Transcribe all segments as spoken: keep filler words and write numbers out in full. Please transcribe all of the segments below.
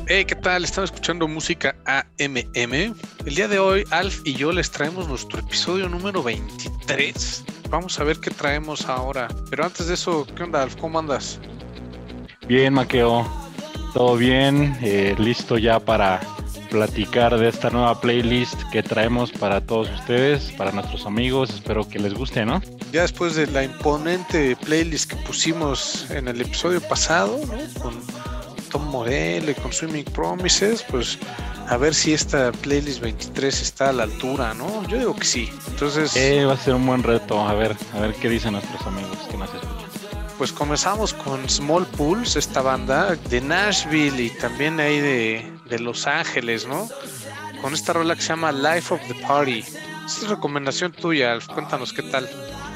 Hey, ¿qué tal? Estamos escuchando música A M M. El día de hoy, Alf y yo les traemos nuestro episodio número veintitrés. Vamos a ver qué traemos ahora. Pero antes de eso, ¿qué onda, Alf? ¿Cómo andas? Bien, Maqueo. Todo bien. Eh, listo ya para platicar de esta nueva playlist que traemos para todos ustedes, para nuestros amigos. Espero que les guste, ¿no? Ya después de la imponente playlist que pusimos en el episodio pasado, ¿no? Con Tom Morello y con Swimming Promises, pues a ver si esta playlist veintitrés está a la altura, ¿no? Yo digo que sí. Entonces, eh, va a ser un buen reto. A ver, a ver qué dicen nuestros amigos que nos escuchan. Pues comenzamos con Small Pulse, esta banda de Nashville y también ahí de, de Los Ángeles, ¿no? Con esta rola que se llama Life of the Party. Esta es recomendación tuya, Alf. Cuéntanos qué tal.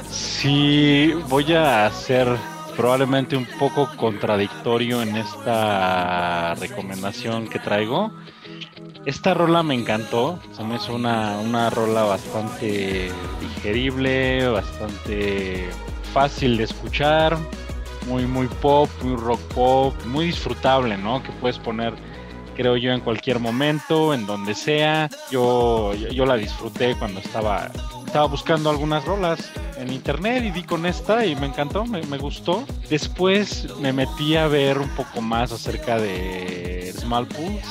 Sí, voy a hacer probablemente un poco contradictorio en esta recomendación que traigo. Esta rola me encantó, se me hizo una, una rola bastante digerible, bastante fácil de escuchar, muy muy pop, muy rock pop, muy disfrutable, ¿no? Que puedes poner, creo yo, en cualquier momento, en donde sea. Yo, yo, yo la disfruté cuando estaba, estaba buscando algunas rolas en internet y di con esta y me encantó, me, me gustó. Después me metí a ver un poco más acerca de Small Pulse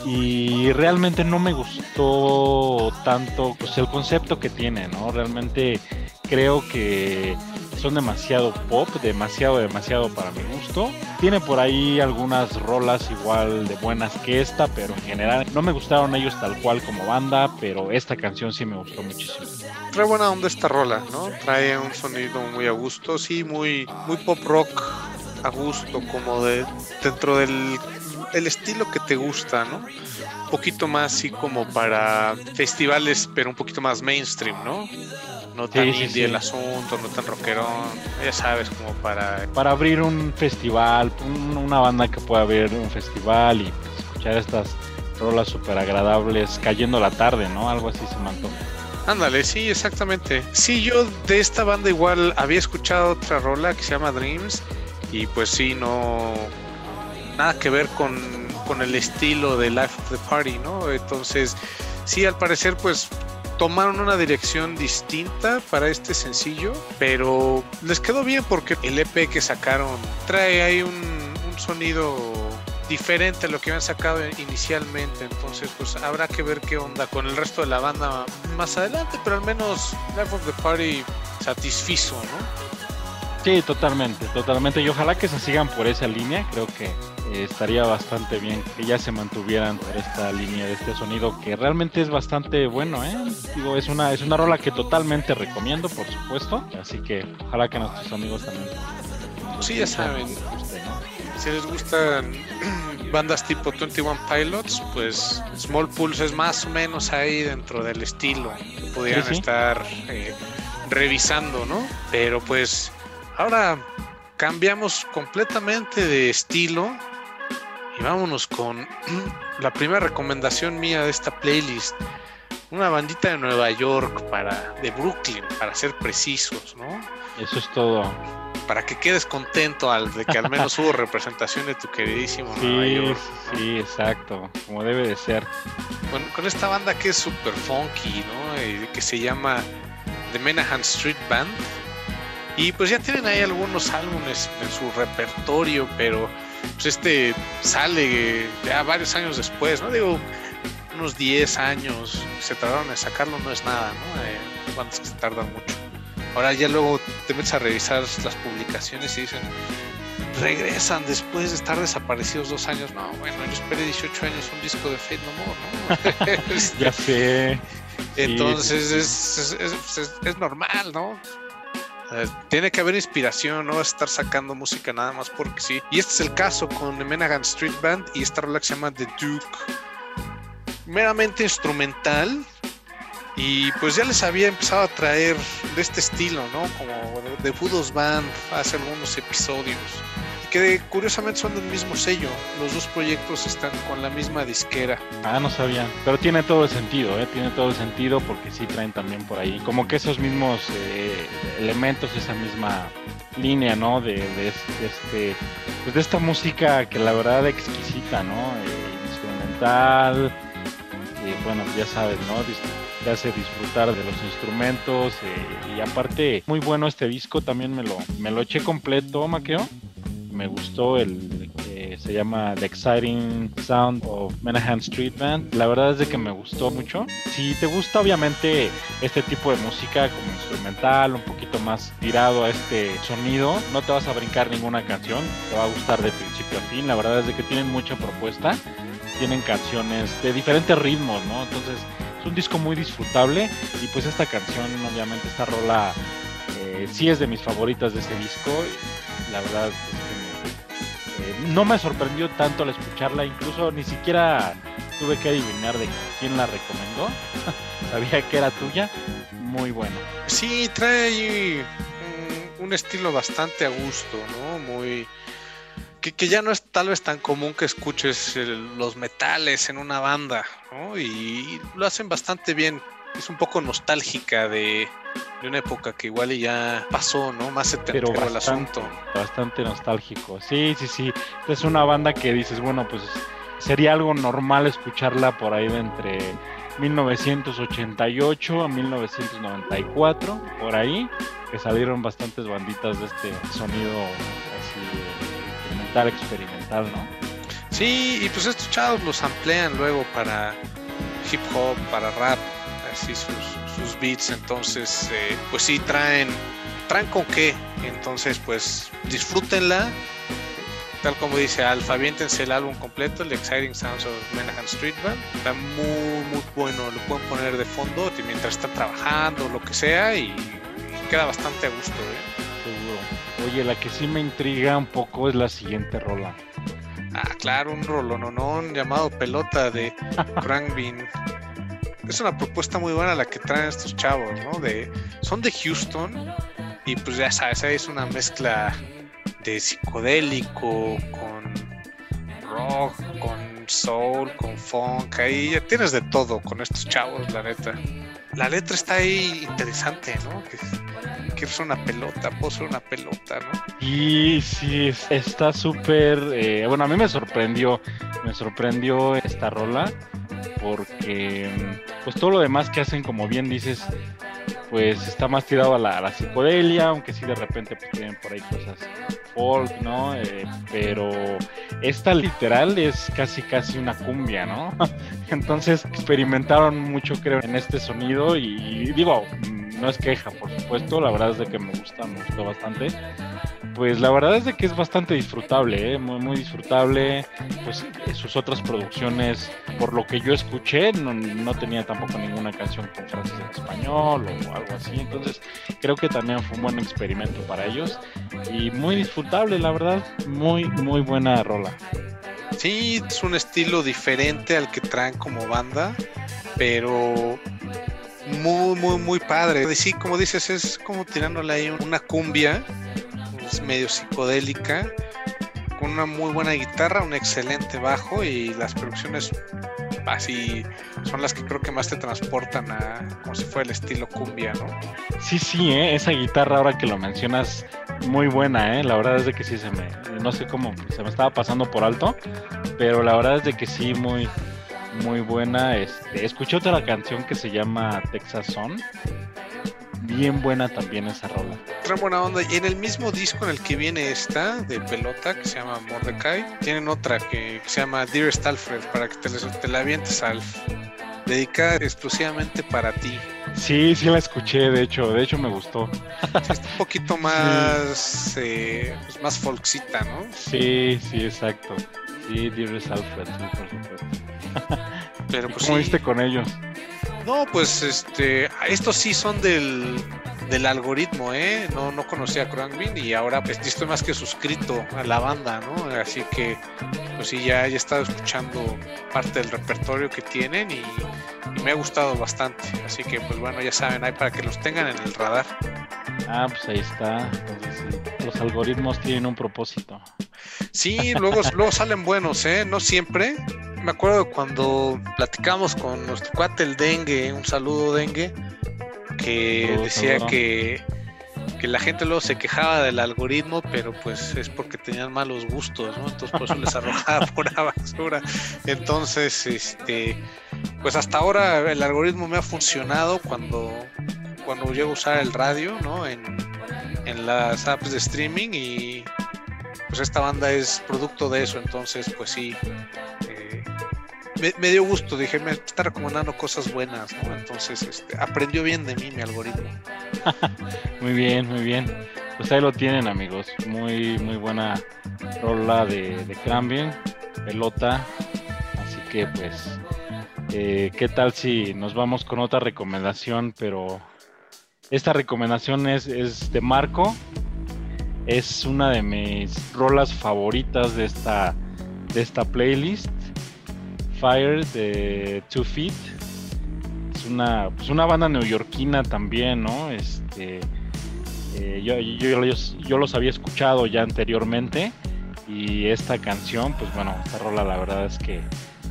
y realmente no me gustó tanto, pues, el concepto que tiene, ¿no? Realmente creo que son demasiado pop, demasiado, demasiado para mi gusto. Tiene por ahí algunas rolas igual de buenas que esta, pero en general no me gustaron ellos tal cual como banda, pero esta canción sí me gustó muchísimo. Trae buena onda esta rola, ¿no? Trae un sonido muy a gusto, sí, muy, muy pop rock a gusto, como de dentro del el estilo que te gusta, ¿no? Un poquito más así como para festivales, pero un poquito más mainstream, ¿no? No tan sí, sí, indie sí. el asunto, no tan rockerón, ya sabes, como para... Para abrir un festival, un, una banda que pueda abrir un festival y pues, escuchar estas rolas súper agradables cayendo la tarde, ¿no? Algo así se me antoja. Ándale, sí, exactamente. Sí, yo de esta banda igual había escuchado otra rola que se llama Dreams y pues sí, no... nada que ver con, con el estilo de Life of the Party, ¿no? Entonces, sí, al parecer, pues tomaron una dirección distinta para este sencillo, pero les quedó bien porque el E P que sacaron trae ahí un, un sonido diferente a lo que habían sacado inicialmente. Entonces, pues habrá que ver qué onda con el resto de la banda más adelante, pero al menos Life of the Party satisfizo, ¿no? Sí, totalmente, totalmente. Y ojalá que se sigan por esa línea. Creo que eh, estaría bastante bien que ya se mantuvieran por esta línea de este sonido que realmente es bastante bueno, ¿eh? Digo, es una es una rola que totalmente recomiendo, por supuesto. Así que ojalá que nuestros amigos también. Sí, ya saben. Guste, ¿no? Si les gustan bandas tipo veintiuno Pilots, pues Small Pulse es más o menos ahí dentro del estilo que pudieran sí, sí. estar eh, revisando, ¿no? Pero pues ahora cambiamos completamente de estilo y vámonos con la primera recomendación mía de esta playlist. Una bandita de Nueva York, para, de Brooklyn, para ser precisos, ¿no? Eso es todo. Para que quedes contento al de que al menos hubo representación de tu queridísimo sí, Nueva York, ¿no? Sí, exacto, como debe de ser. Con, con esta banda que es super funky, ¿no? Y que se llama The Menahan Street Band. Y pues ya tienen ahí algunos álbumes en su repertorio, pero pues este sale ya varios años después, ¿no? Digo, unos diez años se tardaron en sacarlo, no es nada, ¿no? Eh, bandas que se tardan mucho. Ahora ya luego te metes a revisar las publicaciones y dicen, regresan después de estar desaparecidos dos años. No, bueno, yo esperé dieciocho años un disco de Faith No More, ¿no? este, ya sé. Entonces sí. es, es, es, es, es normal, ¿no? Uh, tiene que haber inspiración, no estar sacando música nada más porque sí. Y este es el caso con The Menahan Street Band y esta rola que se llama The Duke, meramente instrumental. Y pues ya les había empezado a traer de este estilo, ¿no? Como de Budos Band hace algunos episodios. Que curiosamente son del mismo sello. Los dos proyectos están con la misma disquera. Ah, no sabía. Pero tiene todo el sentido, ¿eh? Tiene todo el sentido porque sí traen también por ahí como que esos mismos eh, elementos, esa misma línea, ¿no? De, de, este, pues de esta música que la verdad exquisita, ¿no? Eh, instrumental, y bueno, ya sabes, ¿no? Te hace disfrutar de los instrumentos, eh, y aparte, muy bueno este disco, también me lo, me lo eché completo, Maqueo. Me gustó el que se llama The Exciting Sound of Menahan Street Band. La verdad es de que me gustó mucho. Si te gusta obviamente este tipo de música como instrumental, un poquito más tirado a este sonido, no te vas a brincar ninguna canción, te va a gustar de principio a fin. La verdad es de que tienen mucha propuesta, tienen canciones de diferentes ritmos, ¿no? Entonces es un disco muy disfrutable y pues esta canción, obviamente esta rola, eh, sí es de mis favoritas de ese disco. La verdad es que me, eh, no me sorprendió tanto al escucharla, incluso ni siquiera tuve que adivinar de quién la recomendó. Sabía que era tuya. Muy bueno. Sí, trae un, un estilo bastante a gusto, ¿no? Muy... Que, que ya no es tal vez tan común que escuches el, los metales en una banda, ¿no? Y, y lo hacen bastante bien. Es un poco nostálgica de, de una época que igual ya pasó, ¿no? Más setentero el asunto. Bastante nostálgico. Sí, sí, sí. Es una banda que dices, bueno, pues sería algo normal escucharla por ahí de entre mil novecientos ochenta y ocho a mil novecientos noventa y cuatro, por ahí, que salieron bastantes banditas de este sonido así instrumental, experimental, ¿no? Sí, y pues estos chavos los amplían luego para hip hop, para rap, así sus, sus beats, entonces eh, pues sí traen, traen con qué, entonces pues disfrútenla, tal como dice Alfa, aviéntense el álbum completo, el Exciting Sounds of Menahan Street Band, está muy muy bueno, lo pueden poner de fondo mientras están trabajando, lo que sea, y, y queda bastante a gusto, ¿eh? Seguro. Oye, la que sí me intriga un poco es la siguiente rola. Ah, claro, un rolononón llamado Pelota de Khruangbin. Es una propuesta muy buena la que traen estos chavos, ¿no? De, son de Houston y pues ya sabes, es una mezcla de psicodélico con rock, con soul, con funk, ahí ya tienes de todo con estos chavos, la neta. La letra está ahí interesante, ¿no? Que, quiero ser una pelota, puedo ser una pelota, ¿no? Y sí, está súper, eh, bueno, a mí me sorprendió, me sorprendió esta rola, porque pues todo lo demás que hacen, como bien dices, pues está más tirado a la, a la psicodelia, aunque sí de repente pues tienen por ahí cosas folk, ¿no? Eh, pero esta literal es casi casi una cumbia, ¿no? Entonces experimentaron mucho, creo, en este sonido y, y digo, no es queja, por supuesto, la verdad es de que me gusta, me gustó bastante. Pues la verdad es de que es bastante disfrutable, ¿eh? muy, muy disfrutable. Pues sus otras producciones, por lo que yo escuché, no, no tenía tampoco ninguna canción con frases en español o algo así. Entonces creo que también fue un buen experimento para ellos y muy disfrutable, la verdad, muy, muy buena rola. Sí, es un estilo diferente al que traen como banda, pero muy, muy, muy padre. Sí, como dices, es como tirándole ahí una cumbia, es medio psicodélica, con una muy buena guitarra, un excelente bajo y las producciones así son las que creo que más te transportan a como si fuera el estilo cumbia, ¿no? Sí, sí, ¿eh? Esa guitarra ahora que lo mencionas, muy buena, ¿eh? La verdad es de que sí se me, no sé cómo, se me estaba pasando por alto, pero la verdad es de que sí, muy, muy buena. Este, escuché otra canción que se llama Texas Sun. Bien buena también esa rola. Otra buena onda. Y en el mismo disco en el que viene esta de Pelota, que se llama Mordecai, tienen otra que, que se llama Dearest Alfred, para que te, te la avientes, Alf. Dedicada exclusivamente para ti. Sí, sí la escuché, de hecho, de hecho me gustó. Sí, está un poquito más, sí. eh, pues más folksita, ¿no? Sí, sí, exacto. Sí, Dearest Alfred, sí, por supuesto. Pero pues ¿cómo sí. viste con ellos? No, pues este, estos sí son del, del algoritmo, ¿eh? No, no conocía a Khruangbin y ahora pues estoy más que suscrito a la banda, ¿no? Así que pues sí, ya, ya he estado escuchando parte del repertorio que tienen y, y me ha gustado bastante. Así que pues bueno, ya saben, hay para que los tengan en el radar. Ah, pues ahí está. Entonces, sí, los algoritmos tienen un propósito. Sí, luego, luego salen buenos, ¿eh? No siempre. Me acuerdo cuando platicamos con nuestro cuate el Dengue, un saludo Dengue, que Saludo, decía saludo. que, que la gente luego se quejaba del algoritmo, pero pues es porque tenían malos gustos, ¿no? Entonces por eso les arrojaba pura basura. Entonces, este, pues hasta ahora el algoritmo me ha funcionado cuando, cuando llego a usar el radio, ¿no? En, en las apps de streaming, y pues esta banda es producto de eso, entonces pues sí, eh, me, me dio gusto, dije, me está recomendando cosas buenas, ¿no? Entonces este, aprendió bien de mí mi algoritmo. Muy bien, muy bien. Pues ahí lo tienen, amigos. Muy, muy buena rola de, de Cranberry, pelota. Así que pues, eh, ¿qué tal si nos vamos con otra recomendación? Pero esta recomendación es, es de Marco. Es una de mis rolas favoritas de esta, de esta playlist. Fire de Two Feet. Es una, pues una banda neoyorquina también, ¿no? Este, eh, yo, yo, yo, yo los había escuchado ya anteriormente, y esta canción, pues bueno, esta rola la verdad es que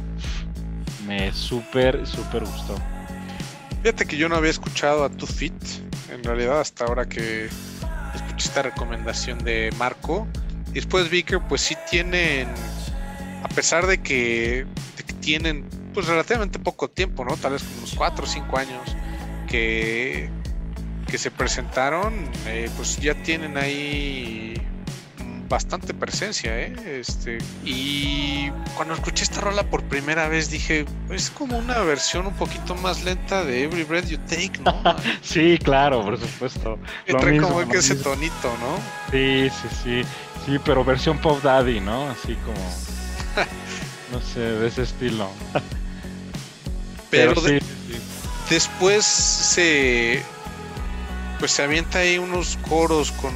me súper, súper gustó. Fíjate que yo no había escuchado a Two Feet, en realidad, hasta ahora que escuché esta recomendación de Marco. Y después vi que pues sí tienen, a pesar de que, de que tienen pues relativamente poco tiempo, ¿no? Tal vez como unos cuatro o cinco años que, que se presentaron, eh, pues ya tienen ahí bastante presencia, ¿eh? Este, y cuando escuché esta rola por primera vez dije, es como una versión un poquito más lenta de Every Breath You Take, ¿no? Sí, claro, por supuesto. Que trae como que ese tonito, ¿no? Sí, sí, sí, sí, pero versión Pop Daddy, ¿no? Así como, no sé, de ese estilo. Pero, pero de, sí, sí. después se, pues se avienta ahí unos coros con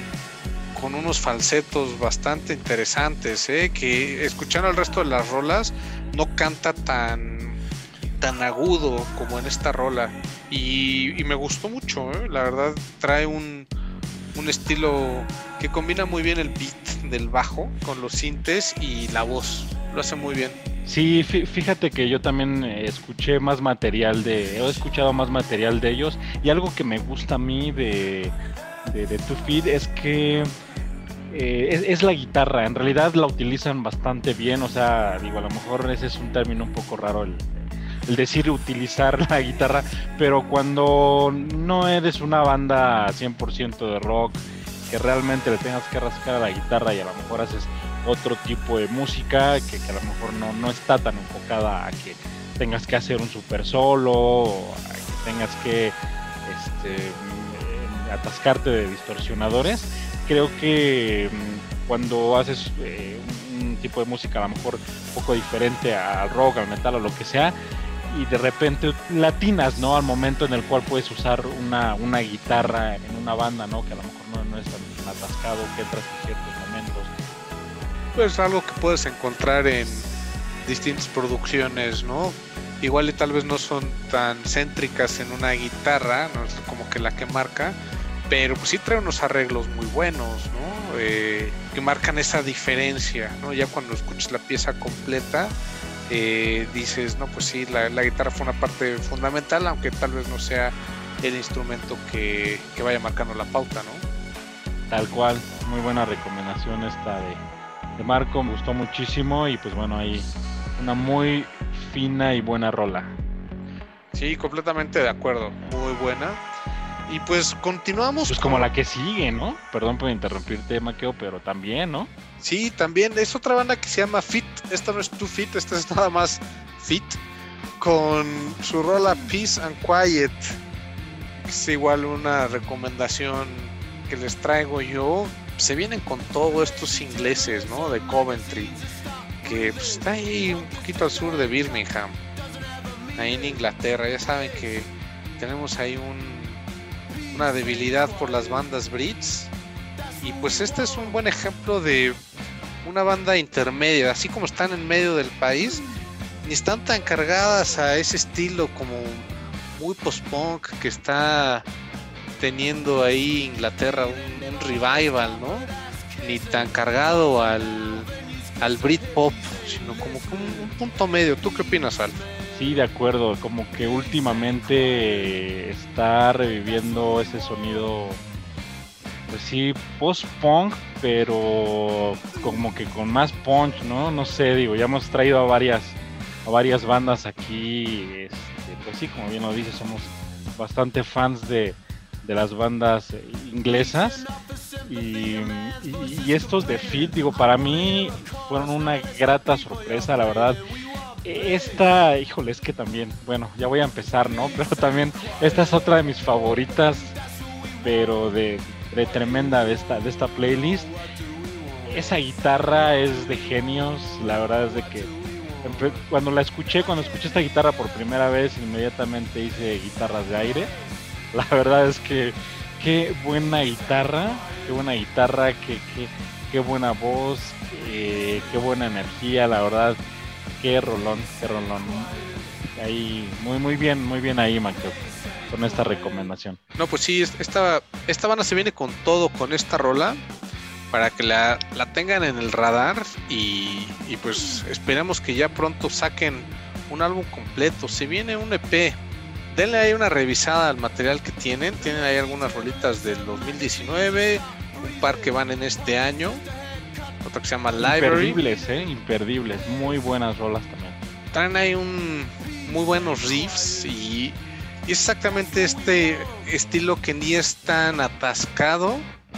con unos falsetos bastante interesantes, ¿eh? Que escuchando el resto de las rolas no canta tan tan agudo como en esta rola, y, y me gustó mucho, ¿eh? La verdad trae un, un estilo que combina muy bien el beat del bajo con los sintes y la voz, lo hace muy bien. Sí, fíjate que yo también escuché más material de, he escuchado más material de ellos, y algo que me gusta a mí de de, de Two Feet es que eh, es, es la guitarra. En realidad la utilizan bastante bien, o sea, digo, a lo mejor ese es un término un poco raro, el, el decir utilizar la guitarra, pero cuando no eres una banda cien por ciento de rock, que realmente le tengas que rascar a la guitarra, y a lo mejor haces otro tipo de música que, que a lo mejor no, no está tan enfocada a que tengas que hacer un super solo, o a que tengas que este, atascarte de distorsionadores. Creo que mmm, cuando haces eh, un tipo de música a lo mejor un poco diferente al rock, al metal o lo que sea, y de repente latinas, ¿no? Al momento en el cual puedes usar una, una guitarra en una banda, ¿no? Que a lo mejor no, no es tan atascado, que entras en ciertos momentos. Pues algo que puedes encontrar en distintas producciones, ¿no? Igual y tal vez no son tan céntricas en una guitarra, no es como que la que marca, pero pues sí trae unos arreglos muy buenos, ¿no? Eh, que marcan esa diferencia, ¿no? Ya cuando escuchas la pieza completa, eh, dices, no, pues sí, la, la guitarra fue una parte fundamental, aunque tal vez no sea el instrumento que, que vaya marcando la pauta, ¿no? Tal cual, muy buena recomendación esta de, de Marco, me gustó muchísimo, y pues bueno, ahí una muy fina y buena rola. Sí, completamente de acuerdo, muy buena. Y pues continuamos. Pues como con... la que sigue, ¿no? Perdón por interrumpirte, Maqueo, pero también, ¿no? Sí, también es otra banda que se llama Fit. Esta no es Two Feet, esta es nada más Fit, con su rola Peace and Quiet. Es igual una recomendación que les traigo yo. Se vienen con todo estos ingleses, ¿no? De Coventry, que pues, está ahí un poquito al sur de Birmingham, ahí en Inglaterra. Ya saben que tenemos ahí un una debilidad por las bandas Brits, y pues este es un buen ejemplo de una banda intermedia, así como están en medio del país, ni están tan cargadas a ese estilo como muy post-punk que está teniendo ahí Inglaterra, un, un revival, ¿no? Ni tan cargado al, al Britpop, sino como un, un punto medio. ¿Tú qué opinas, Alf? Sí, de acuerdo, como que últimamente está reviviendo ese sonido pues sí, post-punk, pero como que con más punch, ¿no? No sé, digo, ya hemos traído a varias, a varias bandas aquí, este, pues sí, como bien lo dices, somos bastante fans de, de las bandas inglesas. Y, y, y estos de Fit, digo, para mí fueron una grata sorpresa, la verdad. Esta, híjole, es que también, bueno, ya voy a empezar, ¿no? Pero también esta es otra de mis favoritas, pero de, de tremenda de esta, de esta playlist. Esa guitarra es de genios, la verdad es de que cuando la escuché, cuando escuché esta guitarra por primera vez, inmediatamente hice guitarras de aire. La verdad es que qué buena guitarra, qué buena guitarra, qué, qué, qué buena voz, qué, qué buena energía, la verdad, qué rolón, qué rolón. Ahí, muy muy bien, muy bien ahí, Maquio, con esta recomendación. No, pues sí, esta, esta banda se viene con todo, con esta rola, para que la, la tengan en el radar y, y pues esperamos que ya pronto saquen un álbum completo. Se viene un E P. Denle ahí una revisada al material que tienen. Tienen ahí algunas rolitas del dos mil diecinueve, un par que van en este año, otra que se llama Library. Imperdibles, eh, imperdibles, muy buenas rolas también. Traen ahí un muy buenos riffs y, y es exactamente este estilo que ni es tan atascado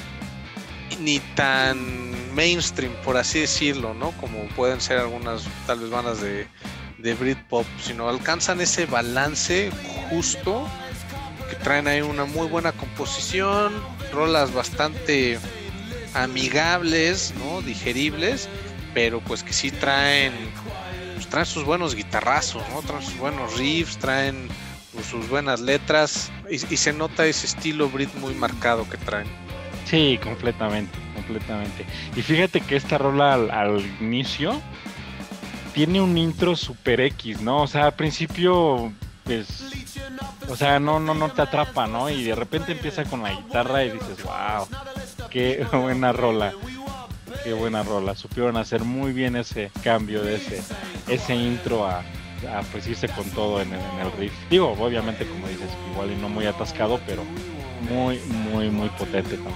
ni tan mainstream, por así decirlo, ¿no? Como pueden ser algunas tal vez bandas de de Britpop, sino alcanzan ese balance justo, que traen ahí una muy buena composición, rolas bastante amigables, ¿no? Digeribles, pero pues que sí traen, pues traen sus buenos guitarrazos, ¿no? Traen sus buenos riffs, traen pues, sus buenas letras y, y se nota ese estilo Brit muy marcado que traen. Sí, completamente, completamente. Y fíjate que esta rola al, al inicio tiene un intro super X, ¿no? O sea, al principio, pues, o sea, no, no, no te atrapa, ¿no? Y de repente empieza con la guitarra y dices, wow, qué buena rola, qué buena rola. Supieron hacer muy bien ese cambio de ese, ese intro a, a pues irse con todo en el, en el riff. Digo, obviamente, como dices, igual y no muy atascado, pero muy, muy, muy potente también.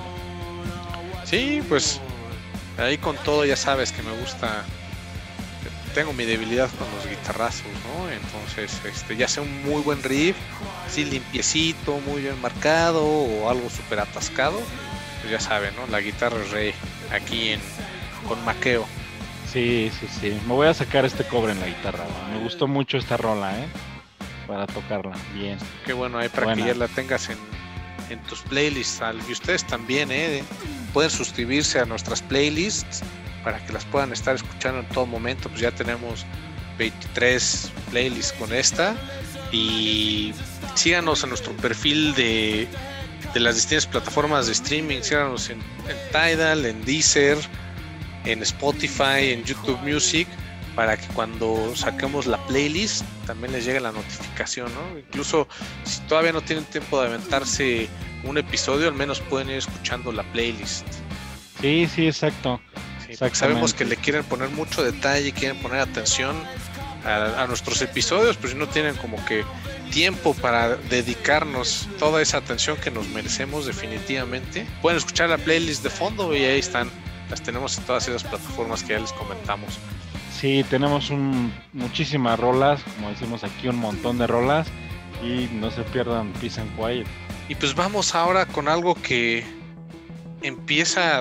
Sí, pues, ahí con todo ya sabes que me gusta. Tengo mi debilidad con los guitarrazos, ¿no? Entonces, este, ya sea un muy buen riff, así limpiecito, muy bien marcado, o algo súper atascado, pues ya saben, ¿no? La guitarra es rey aquí en con Maqueo. Sí, sí, sí. Me voy a sacar este cobre en la guitarra, ¿no? Me gustó mucho esta rola, ¿eh? Para tocarla, bien. Qué bueno, ahí para Buena. que ya la tengas en, en tus playlists. Y ustedes también, ¿eh? Pueden suscribirse a nuestras playlists para que las puedan estar escuchando en todo momento. Pues ya tenemos veintitrés playlists con esta, y síganos en nuestro perfil de, de las distintas plataformas de streaming. Síganos en, en Tidal, en Deezer, en Spotify, en YouTube Music, para que cuando saquemos la playlist también les llegue la notificación, ¿no? Incluso si todavía no tienen tiempo de aventarse un episodio, al menos pueden ir escuchando la playlist. Sí, sí, exacto. Sí, sabemos que le quieren poner mucho detalle, quieren poner atención a, a nuestros episodios, pero si no tienen como que tiempo para dedicarnos toda esa atención que nos merecemos definitivamente, pueden escuchar la playlist de fondo y ahí están, las tenemos en todas esas plataformas que ya les comentamos. Sí, tenemos un, muchísimas rolas, como decimos aquí, un montón de rolas, y no se pierdan Peace and Quiet. Y pues vamos ahora con algo que empieza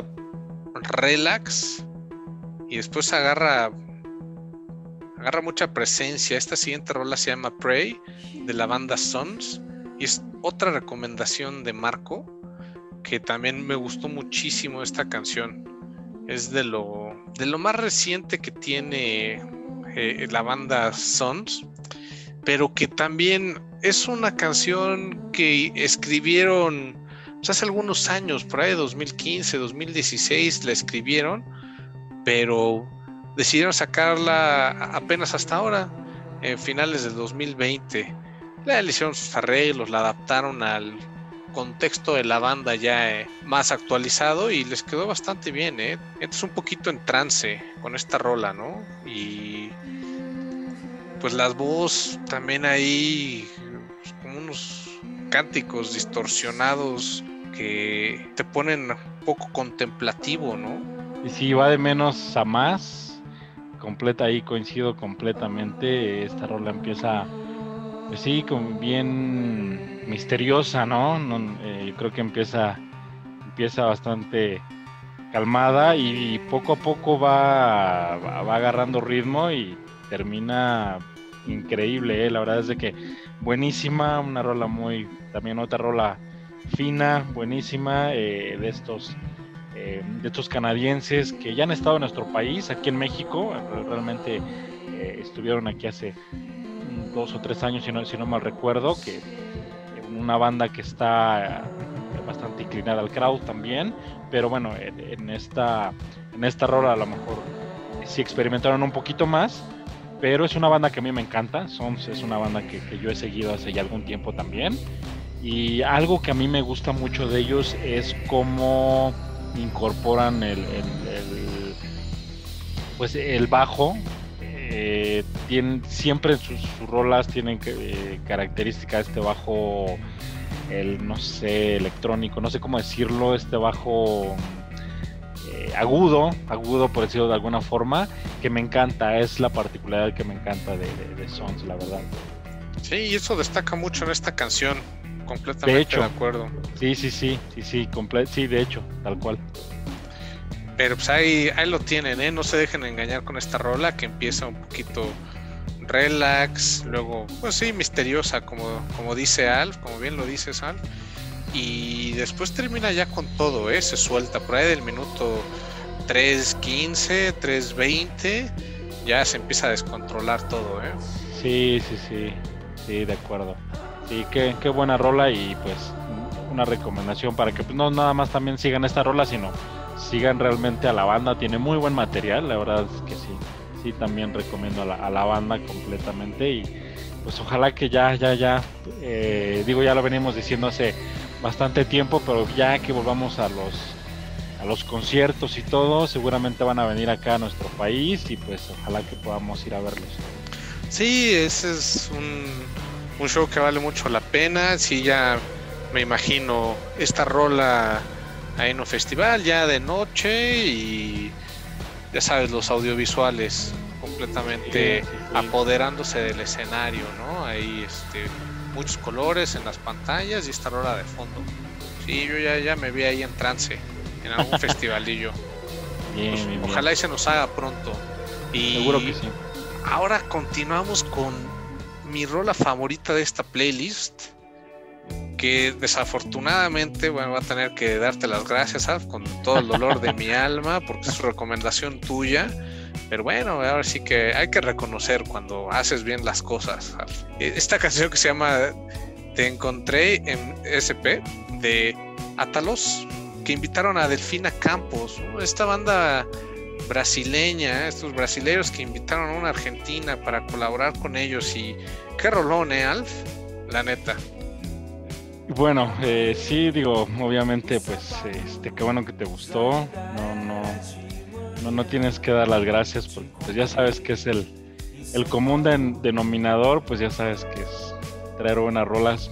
relax y después agarra agarra mucha presencia. Esta siguiente rola se llama Pray, de la banda Sons, y es otra recomendación de Marco, que también me gustó muchísimo esta canción. Es de lo de lo más reciente que tiene eh, la banda Sons, pero que también es una canción que escribieron pues hace algunos años, por ahí de dos mil quince, dos mil dieciséis la escribieron, pero decidieron sacarla apenas hasta ahora, en finales del dos mil veinte. Le hicieron sus arreglos, la adaptaron al contexto de la banda ya eh, más actualizado, y les quedó bastante bien, ¿eh? Entras un poquito en trance con esta rola, ¿no? Y pues las voces también ahí, pues, como unos cánticos distorsionados que te ponen un poco contemplativo, ¿no? Y si va de menos a más, completa ahí coincido completamente. Esta rola empieza, pues sí, con bien misteriosa, ¿no? no eh, yo creo que empieza, empieza bastante calmada y, y poco a poco va, va, va agarrando ritmo y termina increíble, ¿eh? La verdad es de que buenísima, una rola muy, también otra rola fina, buenísima, eh, de estos eh, de estos canadienses que ya han estado en nuestro país, aquí en México, realmente eh, estuvieron aquí hace dos o tres años, si no, si no mal recuerdo, que una banda que está bastante inclinada al crowd también, pero bueno, en, en esta en esta rola a lo mejor sí experimentaron un poquito más, pero es una banda que a mí me encanta. Sons es una banda que, que yo he seguido hace ya algún tiempo también, y algo que a mí me gusta mucho de ellos es cómo incorporan el, el, el pues el bajo. Eh, tienen, siempre en sus, sus rolas tienen eh, característica este bajo, el no sé, electrónico, no sé cómo decirlo, este bajo eh, agudo, agudo por decirlo de alguna forma, que me encanta, es la particularidad que me encanta de, de, de Sons, la verdad. Sí, y eso destaca mucho en esta canción, completamente de, hecho, de acuerdo. Sí, sí, sí, sí, sí, comple- sí, de hecho, tal cual. Pero pues ahí, ahí lo tienen, ¿eh? No se dejen engañar con esta rola que empieza un poquito relax, luego, pues sí, misteriosa, como, como dice Alf, como bien lo dices, Alf. Y después termina ya con todo, ¿eh? Se suelta por ahí del minuto tres quince, tres veinte, ya se empieza a descontrolar todo, ¿eh? Sí, sí, sí, sí, de acuerdo. Sí, qué, qué buena rola, y pues una recomendación para que pues, no nada más también sigan esta rola, sino sigan realmente a la banda. Tiene muy buen material, la verdad es que sí, sí, también recomiendo a la, a la banda completamente, y pues ojalá que ya, ya, ya, eh, digo, ya lo venimos diciendo hace bastante tiempo, pero ya que volvamos a los, a los conciertos y todo, seguramente van a venir acá a nuestro país, y pues ojalá que podamos ir a verlos. Sí, ese es un, un show que vale mucho la pena. Sí, ya me imagino esta rola ahí en un festival ya de noche, y ya sabes, los audiovisuales completamente sí, sí, sí. apoderándose del escenario, ¿no? Ahí este, muchos colores en las pantallas y esta rola de fondo. Sí, yo ya, ya me vi ahí en trance en algún festivalillo. Bien, pues, bien, ojalá bien. y se nos haga pronto. Y seguro que sí. Ahora continuamos con mi rola favorita de esta playlist, que desafortunadamente, bueno, voy a tener que darte las gracias, Alf, con todo el dolor de mi alma, porque es recomendación tuya, pero bueno, ahora sí que hay que reconocer cuando haces bien las cosas, Alf. Esta canción que se llama Te Encontré en S P, de Átalos, que invitaron a Delfina Campos, ¿no? Esta banda brasileña, estos brasileños que invitaron a una argentina para colaborar con ellos, y qué rolón, ¿eh, Alf? La neta. Bueno, eh, sí, digo, obviamente, pues, este, qué bueno que te gustó. No, no, no, no tienes que dar las gracias, porque pues ya sabes que es el, el común den, denominador, pues ya sabes que es traer buenas rolas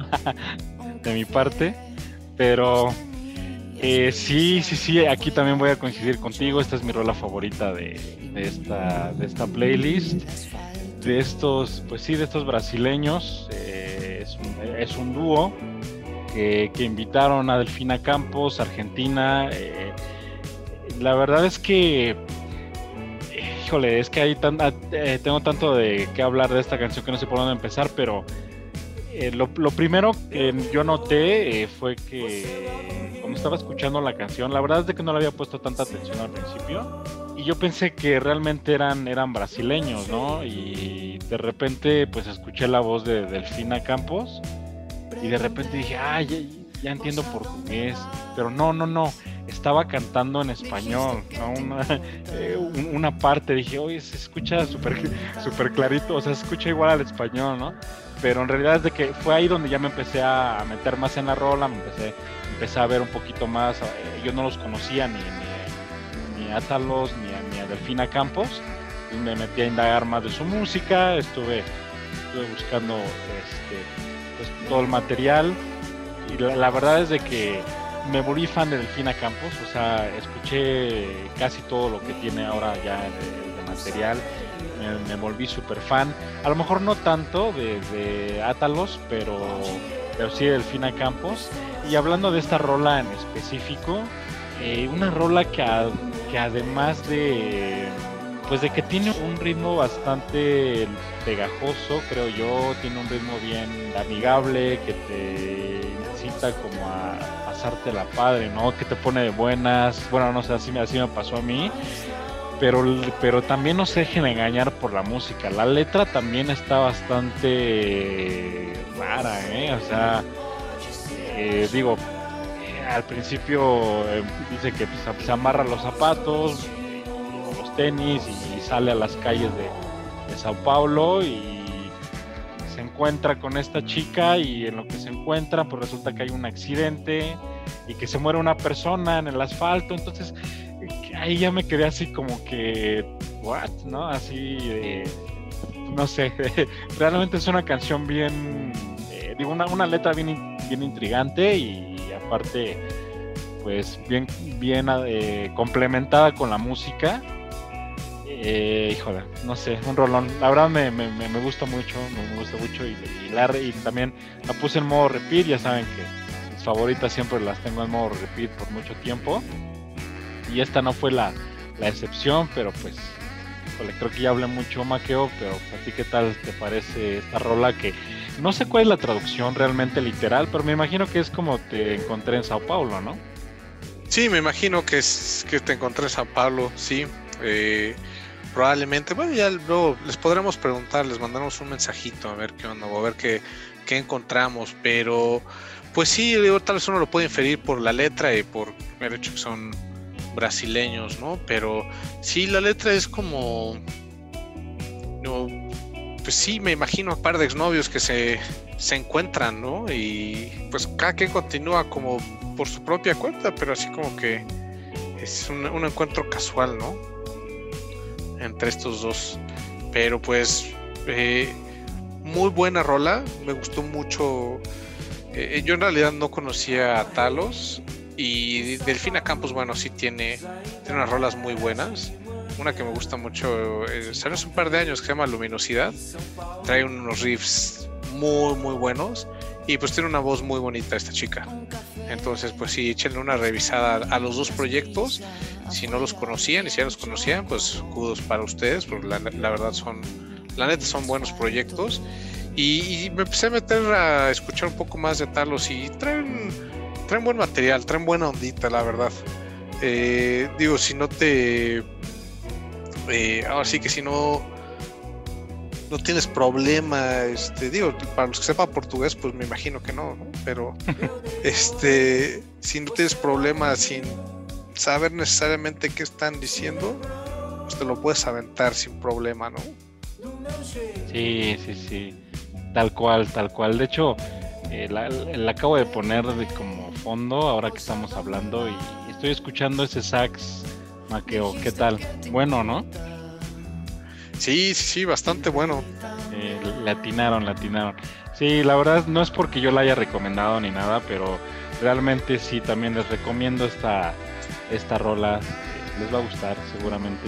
de mi parte, pero eh, sí, sí, sí, aquí también voy a coincidir contigo. Esta es mi rola favorita de, de esta, de esta playlist, de estos, pues sí, de estos brasileños. Eh, es un, es un dúo que, que invitaron a Delfina Campos, Argentina. Eh, la verdad es que, híjole, es que hay tan, eh, tengo tanto de qué hablar de esta canción que no sé por dónde empezar, pero eh, lo, lo primero que yo noté eh, fue que cuando estaba escuchando la canción, la verdad es de que no le había puesto tanta atención al principio, y yo pensé que realmente eran, eran brasileños, ¿no? Y de repente pues escuché la voz de Delfina Campos, y de repente dije, ah, ya, ya entiendo portugués, pero no, no, no, estaba cantando en español, ¿no? Una, eh, una parte, dije, oye, se escucha súper súper clarito, o sea, se escucha igual al español, ¿no? Pero en realidad es de que fue ahí donde ya me empecé a meter más en la rola, me empecé, empecé a ver un poquito más. Eh, yo no los conocía ni, ni, ni a Átalos ni a, ni a Delfina Campos, y me metí a indagar más de su música, estuve, estuve buscando este, pues, todo el material, y la, la verdad es de que me volví fan de Delfina Campos, o sea, escuché casi todo lo que tiene ahora ya de, de material, me, me volví súper fan, a lo mejor no tanto de, de Átalos, pero, pero sí de Delfina Campos. Y hablando de esta rola en específico, eh, una rola que, a, que además de, pues de que tiene un ritmo bastante pegajoso, creo yo, tiene un ritmo bien amigable, que te incita como a pasártela padre, ¿no? Que te pone de buenas, bueno, no sé, así, así me pasó a mí, pero, pero también no se dejen engañar por la música, la letra también está bastante rara, ¿eh? O sea, eh, digo, eh, al principio eh, dice que pues, se amarra los zapatos, los tenis y sale a las calles de, de Sao Paulo y se encuentra con esta chica y en lo que se encuentra pues resulta que hay un accidente y que se muere una persona en el asfalto, entonces ahí ya me quedé así como que what, ¿no? Así de, no sé, realmente es una canción bien, eh, digo, una, una letra bien, bien intrigante y aparte pues bien, bien eh, complementada con la música. Eh, híjole, no sé, un rolón. La verdad me, me, me gusta mucho, me gusta mucho y, y, la, y también la puse en modo repeat. Ya saben que mis favoritas siempre las tengo en modo repeat por mucho tiempo. Y esta no fue la, la excepción, pero pues, híjole, creo que ya hablé mucho, Maqueo, pero a ti qué tal te parece esta rola que no sé cuál es la traducción realmente literal, pero me imagino que es como te encontré en Sao Paulo, ¿no? Sí, me imagino que es que te encontré en Sao Paulo, sí. Eh, probablemente, bueno, ya luego les podremos preguntar, les mandaremos un mensajito a ver qué onda, o a ver qué, qué encontramos, pero pues sí, digo, tal vez uno lo puede inferir por la letra y por el hecho que son brasileños, ¿no? Pero sí, la letra es como, no, pues sí, me imagino un par de exnovios que se, se encuentran, ¿no? Y pues cada quien continúa como por su propia cuenta, pero así como que es un, un encuentro casual, ¿no? Entre estos dos, pero pues eh, muy buena rola, me gustó mucho. Eh, yo en realidad no conocía a Talos y Delfina Campos, bueno, sí tiene, tiene unas rolas muy buenas. Una que me gusta mucho, eh, salió hace un par de años, que se llama Luminosidad, trae unos riffs muy muy buenos y pues tiene una voz muy bonita esta chica. Entonces pues sí, échenle una revisada a los dos proyectos. Si no los conocían y si ya los conocían, pues kudos para ustedes, porque la, la verdad son, la neta son buenos proyectos. Y, y me empecé a meter a escuchar un poco más de Talos y traen, traen buen material, traen buena ondita, la verdad. Eh, digo, si no te... Eh, ahora sí que si no... no tienes problema, este, digo, para los que sepan portugués, pues me imagino que no, ¿no? Pero, este, si no tienes problema sin saber necesariamente qué están diciendo, pues te lo puedes aventar sin problema, ¿no? Sí, sí, sí, tal cual, tal cual. De hecho, eh, la, la acabo de poner de como fondo ahora que estamos hablando y estoy escuchando ese sax, Maqueo, ¿qué tal? Bueno, ¿no? Sí, sí, sí, bastante bueno. Eh, le atinaron, le atinaron. Sí, la verdad no es porque yo la haya recomendado ni nada, pero realmente sí, también les recomiendo esta, esta rola. Eh, les va a gustar, seguramente.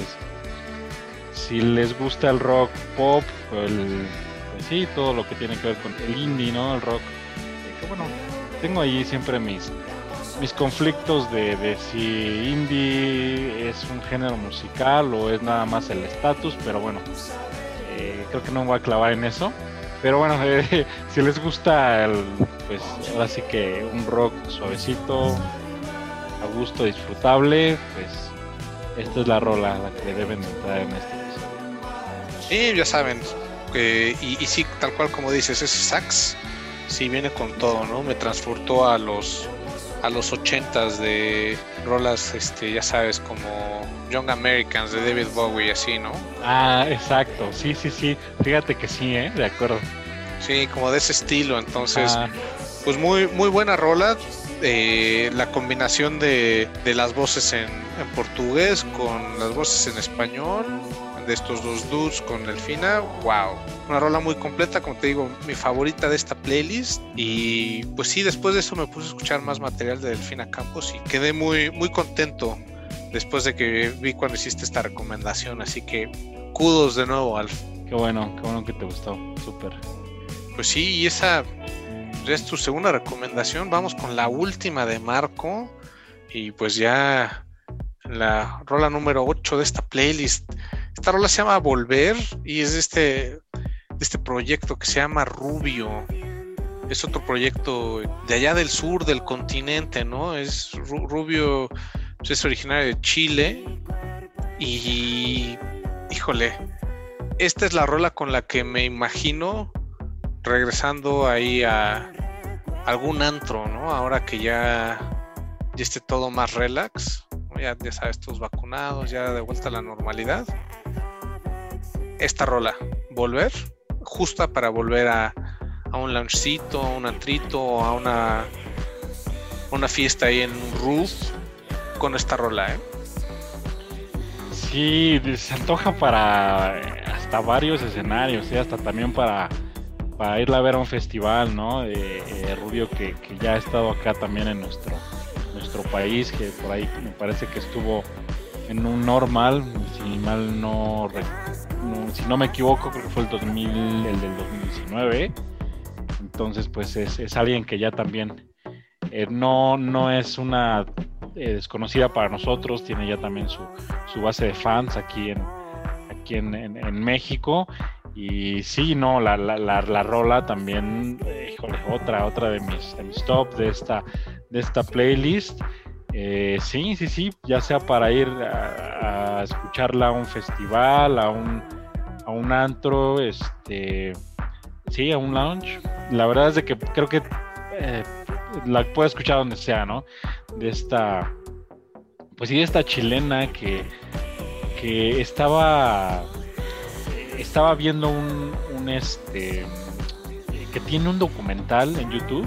Si les gusta el rock pop, el, pues sí, todo lo que tiene que ver con el indie, ¿no? El rock. Eh, que bueno, tengo ahí siempre mis, mis conflictos de, de si indie es un género musical o es nada más el estatus, pero bueno, eh, creo que no me voy a clavar en eso. Pero bueno, eh, si les gusta el, pues ahora sí que un rock suavecito, a gusto, disfrutable, pues esta es la rola a la que deben entrar en este episodio. Sí, ya saben, eh, y, y sí, tal cual como dices, ese sax sí viene con todo, ¿no? Me transportó a los a los ochentas de rolas, este, ya sabes, como Young Americans de David Bowie y así, ¿no? Ah, exacto, sí, sí, sí, fíjate que sí, ¿eh? De acuerdo. Sí, como de ese estilo, entonces, ah. pues muy muy buena rola, eh, la combinación de, de las voces en, en portugués con las voces en español, de estos dos dudes con Delfina, wow, una rola muy completa, como te digo, mi favorita de esta playlist. Y pues sí, después de eso me puse a escuchar más material de Delfina Campos y quedé muy, muy contento después de que vi cuando hiciste esta recomendación, así que kudos de nuevo, Alf. Qué bueno, qué bueno que te gustó, súper. Pues sí, y esa es tu segunda recomendación. Vamos con la última de Marco y pues ya la rola número ocho de esta playlist. Esta rola se llama Volver y es de este, de este proyecto que se llama Rubio. Es otro proyecto de allá del sur del continente, ¿no? Es Rubio, pues es originario de Chile y híjole, esta es la rola con la que me imagino regresando ahí a algún antro, ¿no? Ahora que ya, ya esté todo más relax, ¿no? ya, ya sabes, todos vacunados, ya de vuelta a la normalidad. Esta rola, Volver, justa para volver a, a un loungecito, a un antrito, a una, una fiesta ahí en un roof con esta rola, ¿eh? Sí, se antoja para hasta varios escenarios, ¿eh? Hasta también para para irla a ver a un festival, ¿no? Eh, eh, Rubio que, que ya ha estado acá también en nuestro nuestro país, que por ahí me parece que estuvo en un normal, si mal no, no si no me equivoco, creo que fue el dos mil, el del dos mil diecinueve. Entonces, pues es, es alguien que ya también eh, no, no es una eh, desconocida para nosotros, tiene ya también su, su base de fans aquí en, aquí en, en, en México. Y sí, no, la, la, la, la rola también, eh, híjole, otra, otra de mis, de mis top de esta, de esta playlist. Eh, sí, sí, sí, ya sea para ir a, a escucharla a un festival, a un, a un antro, este, sí, a un lounge. La verdad es de que creo que eh, la puedo escuchar donde sea, ¿no? De esta, pues sí, de esta chilena que, que estaba... Estaba viendo un, un este que tiene un documental en YouTube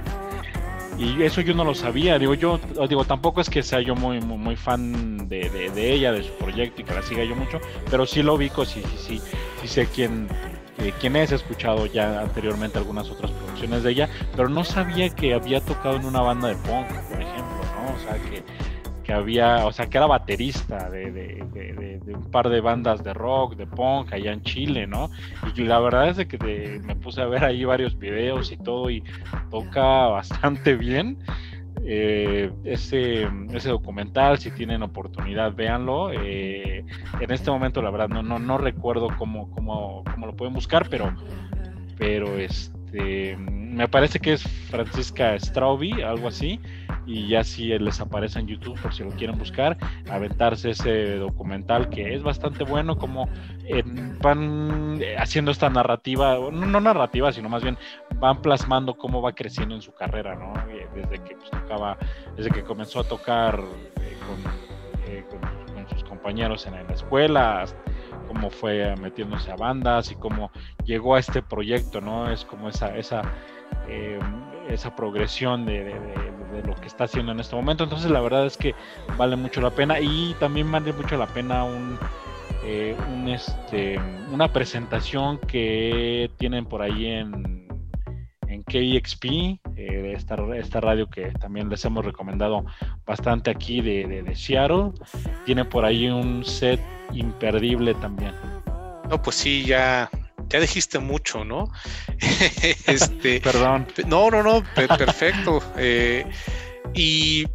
y eso yo no lo sabía. Digo, yo digo, tampoco es que sea yo muy muy, muy fan de, de, de ella, de su proyecto y que la siga yo mucho, pero sí lo ubico, sí, sí, sí, sí sé quién, eh, quién es, he escuchado ya anteriormente algunas otras producciones de ella, pero no sabía que había tocado en una banda de punk, por ejemplo, ¿no? O sea, que que había, o sea, que era baterista de, de, de, de, de un par de bandas de rock, de punk allá en Chile, ¿no? Y la verdad es de que de, me puse a ver ahí varios videos y todo y toca bastante bien. Eh, ese, ese documental, si tienen oportunidad, véanlo. Eh, en este momento, la verdad, no, no, no recuerdo cómo, cómo, cómo lo pueden buscar, pero, pero este, me parece que es Francisca Straube, algo así. Y ya si les aparece en YouTube por si lo quieren buscar, aventarse ese documental que es bastante bueno, como eh, van haciendo esta narrativa, no, no narrativa, sino más bien van plasmando cómo va creciendo en su carrera, ¿no? Eh, desde que pues, tocaba, desde que comenzó a tocar eh, con, eh, con, con sus compañeros en, en la escuela, hasta cómo fue metiéndose a bandas y cómo llegó a este proyecto, ¿no? Es como esa, esa eh, esa progresión de, de, de, de lo que está haciendo en este momento. Entonces la verdad es que vale mucho la pena y también vale mucho la pena un, eh, un este, una presentación que tienen por ahí en, en K X P, eh, esta, esta radio que también les hemos recomendado bastante aquí de, de, de Seattle. Tiene por ahí un set imperdible también. No, pues sí, ya Ya dijiste mucho, ¿no? este, Perdón. No, no, no, perfecto. eh, y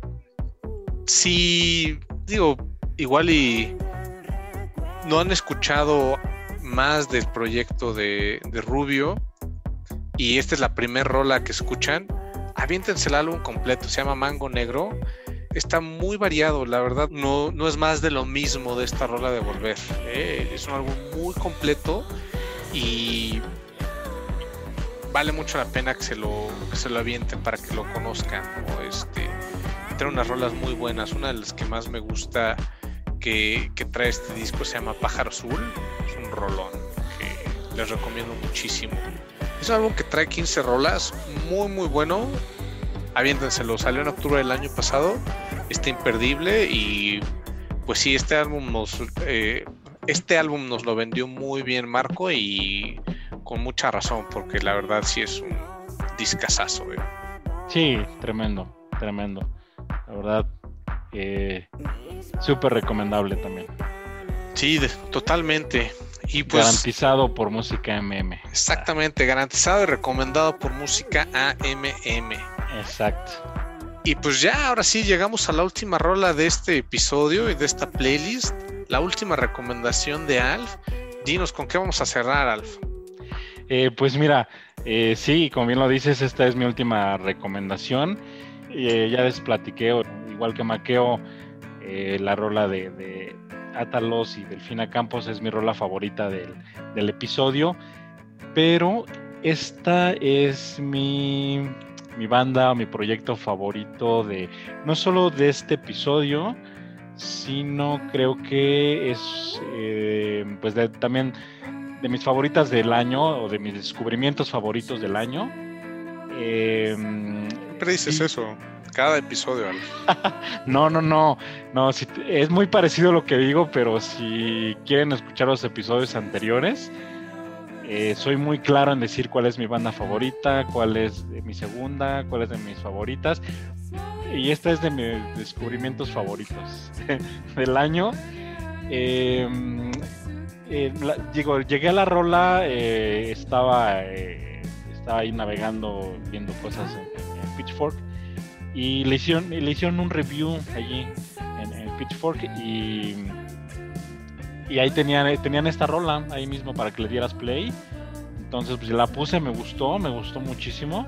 si, digo, igual y no han escuchado más del proyecto de, de Rubio y esta es la primer rola que escuchan, aviéntense el álbum completo, se llama Mango Negro. Está muy variado, la verdad, no, no es más de lo mismo de esta rola de Volver. Eh, es un álbum muy completo y vale mucho la pena que se lo, que se lo avienten para que lo conozcan, ¿no? Este, tiene unas rolas muy buenas. Una de las que más me gusta que, que trae este disco se llama Pájaro Azul. Es un rolón que les recomiendo muchísimo. Es un álbum que trae quince rolas, muy muy bueno. Aviéntenselo, salió en octubre del año pasado, está imperdible y pues sí, este álbum nos eh, este álbum nos lo vendió muy bien Marco y con mucha razón, porque la verdad sí es un discazazo, güey. Sí, tremendo, tremendo. La verdad, eh, súper recomendable también. Sí, de, totalmente. Y pues, garantizado por Música M M. Exactamente, garantizado y recomendado por Música A M M. Exacto. Y pues ya, ahora sí, llegamos a la última rola de este episodio y de esta playlist. La última recomendación de Alf. Dinos, ¿con qué vamos a cerrar, Alf? Eh, pues mira, eh, sí, como bien lo dices, esta es mi última recomendación. Eh, ya les platiqué, igual que Maqueo, eh, la rola de, de Átalos y Delfina Campos es mi rola favorita del, del episodio, pero esta es mi, mi banda, mi proyecto favorito de no solo de este episodio, sino creo que es eh, pues de, también de mis favoritas del año o de mis descubrimientos favoritos del año. Eh, Siempre dices sí. Eso, cada episodio, Alf. No, no, no, no, si, es muy parecido a lo que digo, pero si quieren escuchar los episodios anteriores, eh, soy muy claro en decir cuál es mi banda favorita, cuál es de mi segunda, cuál es de mis favoritas, y esta es de mis descubrimientos favoritos del año. Eh, eh, la, digo, llegué a la rola, eh, estaba, eh, estaba ahí navegando, viendo cosas en, en Pitchfork, y le hicieron, le hicieron un review allí en, en Pitchfork y, y ahí tenían, tenían esta rola ahí mismo para que le dieras play. Entonces pues la puse, me gustó, me gustó muchísimo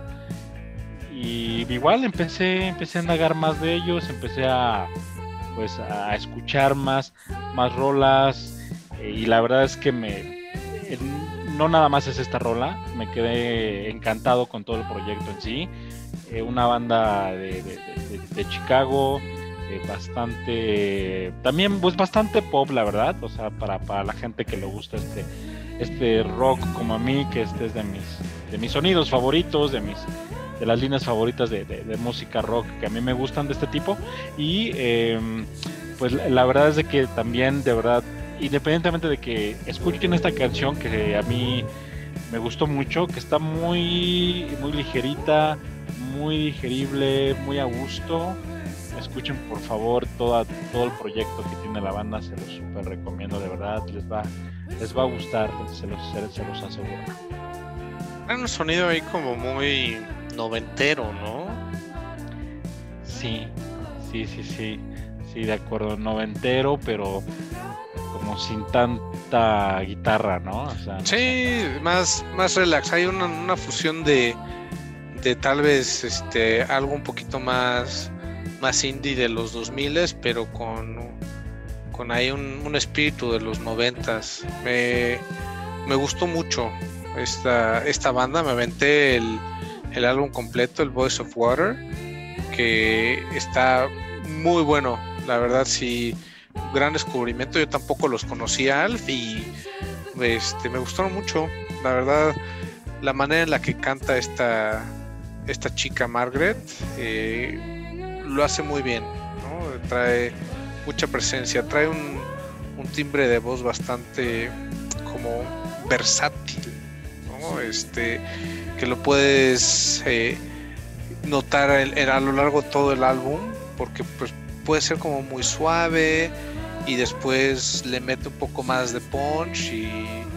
y igual empecé, empecé a indagar más de ellos, empecé a pues a escuchar más, más rolas eh, y la verdad es que me no nada más es esta rola, me quedé encantado con todo el proyecto en sí. Eh, una banda de, de, de, de Chicago, eh, bastante, también pues bastante pop, la verdad, o sea, para, para la gente que le gusta este, este rock como a mí, que este es de mis, de mis sonidos favoritos, de mis, de las líneas favoritas de, de, de música rock que a mí me gustan de este tipo, y eh, pues la verdad es de que también, de verdad, independientemente de que escuchen esta canción que a mí me gustó mucho, que está muy, muy ligerita, muy digerible, muy a gusto. Escuchen por favor toda, todo el proyecto que tiene la banda, se los super recomiendo, de verdad, les va, les va a gustar, se los, se, se los aseguro. Tiene un sonido ahí como muy noventero, ¿no? Sí, sí, sí, sí, sí, de acuerdo, noventero, pero como sin tanta guitarra, ¿no? O sea, no sí, sé. más, más relax, hay una, una fusión de de tal vez este algo un poquito más más indie de los dos mil, pero con con ahí un, un espíritu de los noventas. Me, me gustó mucho esta, esta banda, me aventé el, el álbum completo, el Voice of Water, que está muy bueno, la verdad sí, un gran descubrimiento. Yo tampoco los conocía, Alf, y este, me gustaron mucho, la verdad, la manera en la que canta esta esta chica Margaret, eh, lo hace muy bien, ¿no? Trae mucha presencia, trae un, un timbre de voz bastante como versátil, ¿no? Este, que lo puedes eh, notar el, el, a lo largo de todo el álbum, porque pues puede ser como muy suave y después le mete un poco más de punch y,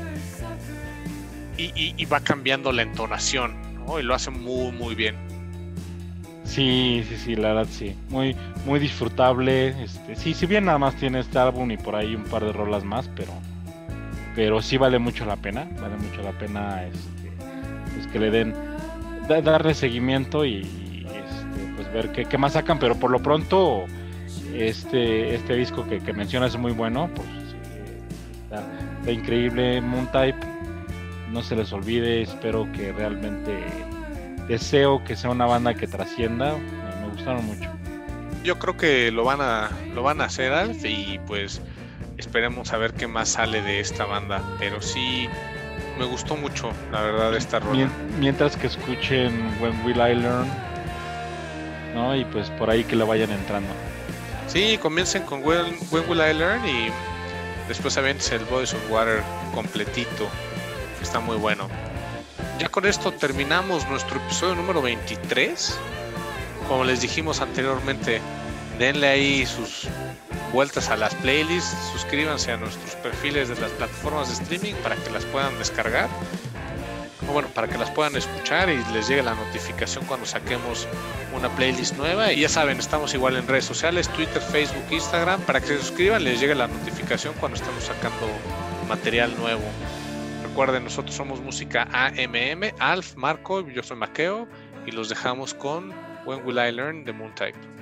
y, y, y va cambiando la entonación, ¿no? Y lo hace muy muy bien. Sí, sí, sí, la verdad sí, muy, muy disfrutable. Este, sí, si bien nada más tiene este álbum y por ahí un par de rolas más, pero, pero sí vale mucho la pena, vale mucho la pena, este, pues que le den, da, darle seguimiento y, y este, pues ver qué, qué más sacan, pero por lo pronto este, este disco que, que mencionas es muy bueno, pues está, está increíble. Moontype, no se les olvide, espero que realmente, deseo que sea una banda que trascienda, me, me gustaron mucho. Yo creo que lo van a lo van a hacer, Alf, y pues esperemos a ver qué más sale de esta banda, pero sí me gustó mucho, la verdad, esta rola. Mientras que escuchen When Will I Learn, ¿no? Y pues por ahí que le vayan entrando. Sí, comiencen con When, When Will I Learn y después avientes el Bodies of Water completito, está muy bueno. Ya con esto terminamos nuestro episodio número veintitrés. Como les dijimos anteriormente, denle ahí sus vueltas a las playlists, suscríbanse a nuestros perfiles de las plataformas de streaming para que las puedan descargar, o bueno, para que las puedan escuchar y les llegue la notificación cuando saquemos una playlist nueva. Y ya saben, estamos igual en redes sociales, Twitter, Facebook, Instagram, para que se suscriban y les llegue la notificación cuando estamos sacando material nuevo. Recuerden, nosotros somos Música A M M, Alf, Marco, yo soy Maqueo, y los dejamos con When Will I Learn de Moon Type.